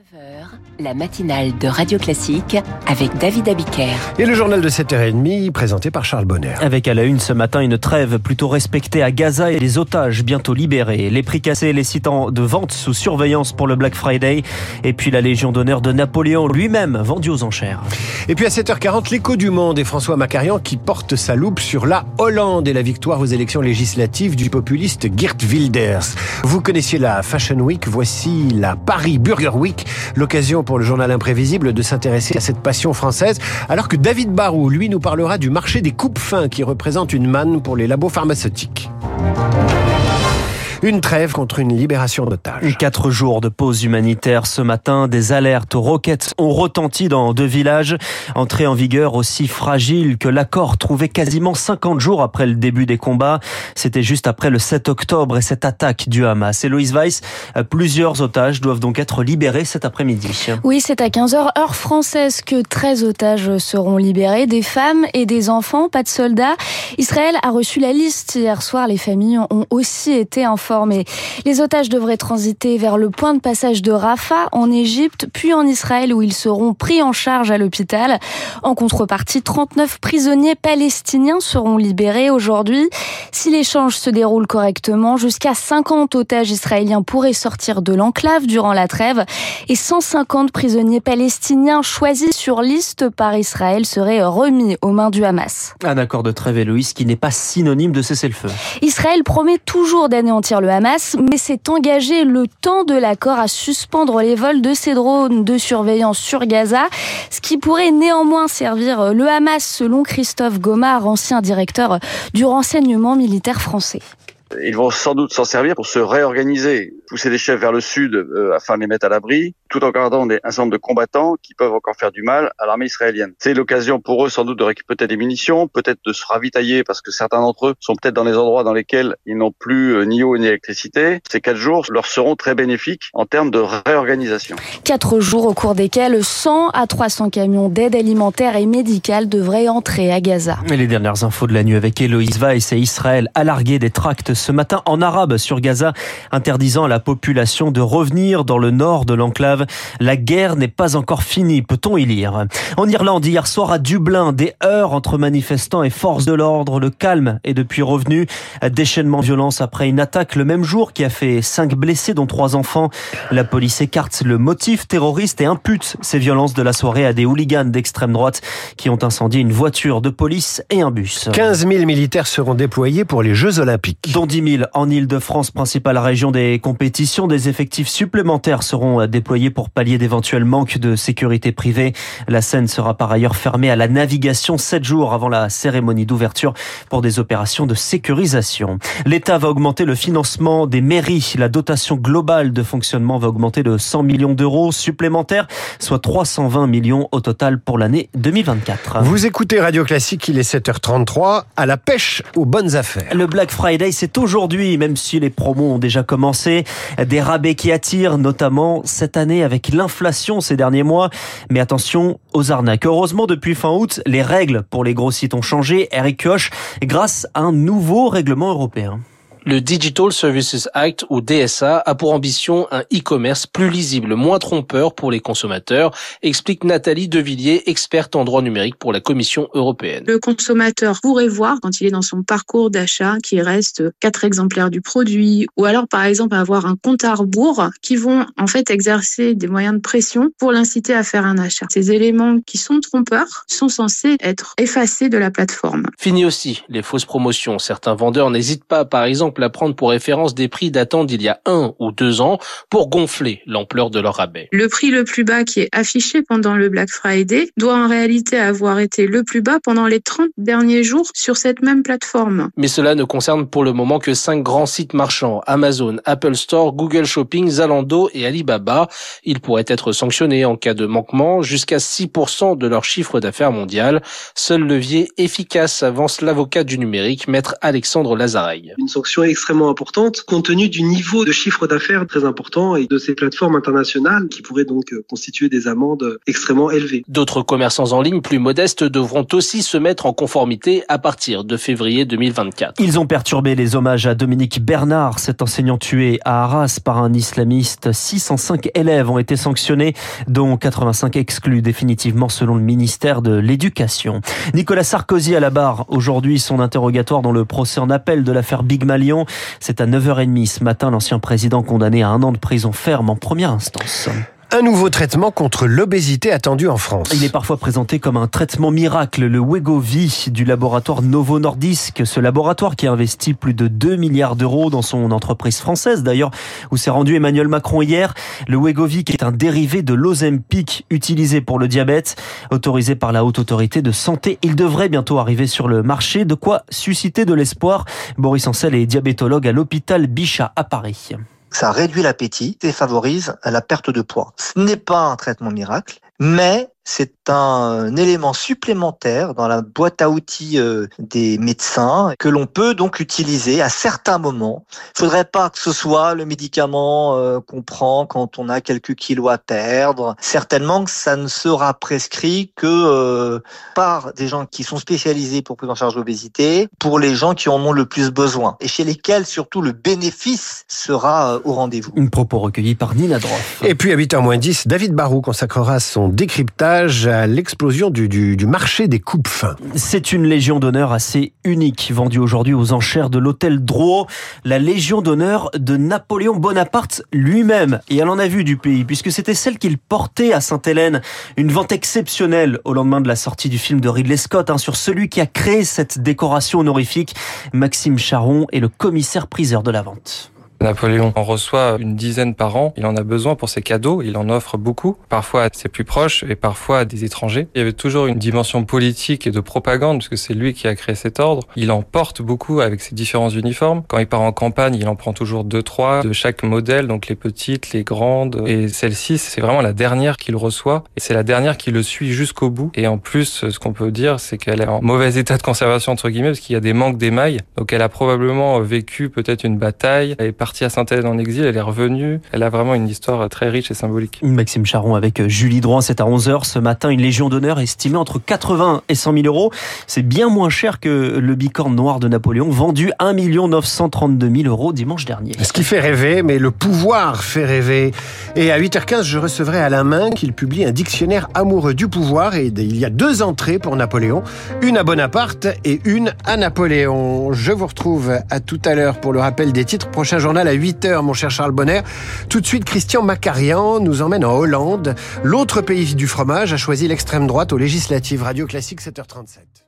La matinale de Radio Classique avec David Abiker. Et le journal de 7h30 présenté par Charles Bonner. Avec à la une ce matin une trêve plutôt respectée à Gaza et les otages bientôt libérés. Les prix cassés, les sites de vente sous surveillance pour le Black Friday. Et puis la Légion d'honneur de Napoléon lui-même vendue aux enchères. Et puis à 7h40, l'écho du monde et François Macarian qui porte sa loupe sur la Hollande et la victoire aux élections législatives du populiste Geert Wilders. Vous connaissiez la Fashion Week, voici la Paris Burger Week. L'occasion pour le journal imprévisible de s'intéresser à cette passion française, alors que David Barou, lui, nous parlera du marché des coupes-fins qui représente une manne pour les labos pharmaceutiques. Une trêve contre une libération d'otages. 4 jours de pause humanitaire ce matin. Des alertes aux roquettes ont retenti dans 2 villages. Entrée en vigueur aussi fragile que l'accord trouvé quasiment 50 jours après le début des combats. C'était juste après le 7 octobre et cette attaque du Hamas. Héloïse Weiss, plusieurs otages doivent donc être libérés cet après-midi. Oui, c'est à 15h, heure française, que 13 otages seront libérés. Des femmes et des enfants, pas de soldats. Israël a reçu la liste hier soir. Les familles ont aussi été informées. Les otages devraient transiter vers le point de passage de Rafah en Égypte, puis en Israël où ils seront pris en charge à l'hôpital. En contrepartie, 39 prisonniers palestiniens seront libérés aujourd'hui. Si l'échange se déroule correctement, jusqu'à 50 otages israéliens pourraient sortir de l'enclave durant la trêve et 150 prisonniers palestiniens choisis sur liste par Israël seraient remis aux mains du Hamas. Un accord de trêve, Héloïse, qui n'est pas synonyme de cessez-le-feu. Israël promet toujours d'anéantir le Hamas, mais s'est engagé le temps de l'accord à suspendre les vols de ses drones de surveillance sur Gaza, ce qui pourrait néanmoins servir le Hamas, selon Christophe Gomard, ancien directeur du renseignement militaire français. Ils vont sans doute s'en servir pour se réorganiser, pousser les chefs vers le sud afin de les mettre à l'abri, tout en gardant un certain nombre de combattants qui peuvent encore faire du mal à l'armée israélienne. C'est l'occasion pour eux sans doute de récupérer des munitions, peut-être de se ravitailler parce que certains d'entre eux sont peut-être dans des endroits dans lesquels ils n'ont plus ni eau ni électricité. Ces 4 jours leur seront très bénéfiques en termes de réorganisation. 4 jours au cours desquels 100 à 300 camions d'aide alimentaire et médicale devraient entrer à Gaza. Et les dernières infos de la nuit avec Héloïse Weiss et Israël a largué des tracts ce matin en arabe sur Gaza, interdisant à la population de revenir dans le nord de l'enclave. La guerre n'est pas encore finie, peut-on y lire. En Irlande, hier soir à Dublin, des heurts entre manifestants et forces de l'ordre. Le calme est depuis revenu. Déchaînement de violence après une attaque le même jour qui a fait 5 blessés, dont 3 enfants. La police écarte le motif terroriste et impute ces violences de la soirée à des hooligans d'extrême droite qui ont incendié une voiture de police et un bus. 15 000 militaires seront déployés pour les Jeux Olympiques. Dont 10 000 en Île-de-France, principale région des compétitions. Des effectifs supplémentaires seront déployés pour pallier d'éventuels manques de sécurité privée. La Seine sera par ailleurs fermée à la navigation 7 jours avant la cérémonie d'ouverture pour des opérations de sécurisation. L'État va augmenter le financement des mairies. La dotation globale de fonctionnement va augmenter de 100 millions d'euros supplémentaires, soit 320 millions au total pour l'année 2024. Vous écoutez Radio Classique, il est 7h33, à la pêche aux bonnes affaires. Le Black Friday, c'est aujourd'hui, même si les promos ont déjà commencé. Des rabais qui attirent, notamment cette année avec l'inflation ces derniers mois. Mais attention aux arnaques. Heureusement, depuis fin août, les règles pour les gros sites ont changé. Eric Kioch, grâce à un nouveau règlement européen. Le Digital Services Act, ou DSA, a pour ambition un e-commerce plus lisible, moins trompeur pour les consommateurs, explique Nathalie Devilliers, experte en droit numérique pour la Commission européenne. Le consommateur pourrait voir, quand il est dans son parcours d'achat, qu'il reste 4 exemplaires du produit, ou alors par exemple avoir un compte à rebours qui vont en fait exercer des moyens de pression pour l'inciter à faire un achat. Ces éléments qui sont trompeurs sont censés être effacés de la plateforme. Fini aussi les fausses promotions. Certains vendeurs n'hésitent pas, par exemple, à prendre pour référence des prix datant d'il y a 1 ou 2 ans pour gonfler l'ampleur de leur rabais. Le prix le plus bas qui est affiché pendant le Black Friday doit en réalité avoir été le plus bas pendant les 30 derniers jours sur cette même plateforme. Mais cela ne concerne pour le moment que 5 grands sites marchands: Amazon, Apple Store, Google Shopping, Zalando et Alibaba. Ils pourraient être sanctionnés en cas de manquement jusqu'à 6% de leur chiffre d'affaires mondial. Seul levier efficace, avance l'avocat du numérique, maître Alexandre Lazareille. Une sanction extrêmement importante compte tenu du niveau de chiffre d'affaires très important et de ces plateformes internationales qui pourraient donc constituer des amendes extrêmement élevées. D'autres commerçants en ligne plus modestes devront aussi se mettre en conformité à partir de février 2024. Ils ont perturbé les hommages à Dominique Bernard, cet enseignant tué à Arras par un islamiste. 605 élèves ont été sanctionnés, dont 85 exclus définitivement selon le ministère de l'Éducation. Nicolas Sarkozy à la barre. Aujourd'hui, son interrogatoire dans le procès en appel de l'affaire Big Malion. C'est à 9h30 ce matin, l'ancien président condamné à 1 an de prison ferme en première instance. Un nouveau traitement contre l'obésité attendu en France. Il est parfois présenté comme un traitement miracle, le Wegovy du laboratoire Novo Nordisk. Ce laboratoire qui a investi plus de 2 milliards d'euros dans son entreprise française, d'ailleurs, où s'est rendu Emmanuel Macron hier. Le Wegovy qui est un dérivé de l'Ozempic utilisé pour le diabète, autorisé par la Haute Autorité de Santé. Il devrait bientôt arriver sur le marché, de quoi susciter de l'espoir. Boris Ancel est diabétologue à l'hôpital Bichat à Paris. Ça réduit l'appétit et favorise la perte de poids. Ce n'est pas un traitement miracle, mais c'est un élément supplémentaire dans la boîte à outils des médecins que l'on peut donc utiliser à certains moments. Il faudrait pas que ce soit le médicament qu'on prend quand on a quelques kilos à perdre. Certainement que ça ne sera prescrit que par des gens qui sont spécialisés pour prise en charge de l'obésité, pour les gens qui en ont le plus besoin et chez lesquels surtout le bénéfice sera au rendez-vous. Un propos recueilli par Nina Droff. Et puis à 8h moins 10, David Barrault consacrera son décryptage à l'explosion du marché des coupes-fins. C'est une Légion d'honneur assez unique, vendue aujourd'hui aux enchères de l'hôtel Drouot. La Légion d'honneur de Napoléon Bonaparte lui-même. Et elle en a vu du pays, puisque c'était celle qu'il portait à Sainte-Hélène. Une vente exceptionnelle au lendemain de la sortie du film de Ridley Scott, sur celui qui a créé cette décoration honorifique. Maxime Charon est le commissaire-priseur de la vente. Napoléon en reçoit une dizaine par an. Il en a besoin pour ses cadeaux. Il en offre beaucoup, parfois à ses plus proches et parfois à des étrangers. Il y avait toujours une dimension politique et de propagande, parce que c'est lui qui a créé cet ordre. Il en porte beaucoup avec ses différents uniformes. Quand il part en campagne, il en prend toujours 2-3 de chaque modèle, donc les petites, les grandes. Et celle-ci, c'est vraiment la dernière qu'il reçoit. Et c'est la dernière qui le suit jusqu'au bout. Et en plus, ce qu'on peut dire, c'est qu'elle est en mauvais état de conservation, entre guillemets, parce qu'il y a des manques d'émail. Donc elle a probablement vécu peut-être une bataille. Elle est partie à Sainte-Hélène en exil, elle est revenue. Elle a vraiment une histoire très riche et symbolique. Maxime Charon avec Julie Drouin, c'est à 11h ce matin. Une Légion d'honneur estimée entre 80 et 100 000 euros. C'est bien moins cher que le bicorne noir de Napoléon, vendu 1 932 000 euros dimanche dernier. Ce qui fait rêver, mais le pouvoir fait rêver. Et à 8h15, je recevrai Alain Minc, qu'il publie un dictionnaire amoureux du pouvoir. Et il y a 2 entrées pour Napoléon, une à Bonaparte et une à Napoléon. Je vous retrouve à tout à l'heure pour le rappel des titres. Prochain journal à 8h, mon cher Charles Bonner. Tout de suite, Christian Macarian nous emmène en Hollande. L'autre pays du fromage a choisi l'extrême droite aux législatives. Radio Classique, 7h37.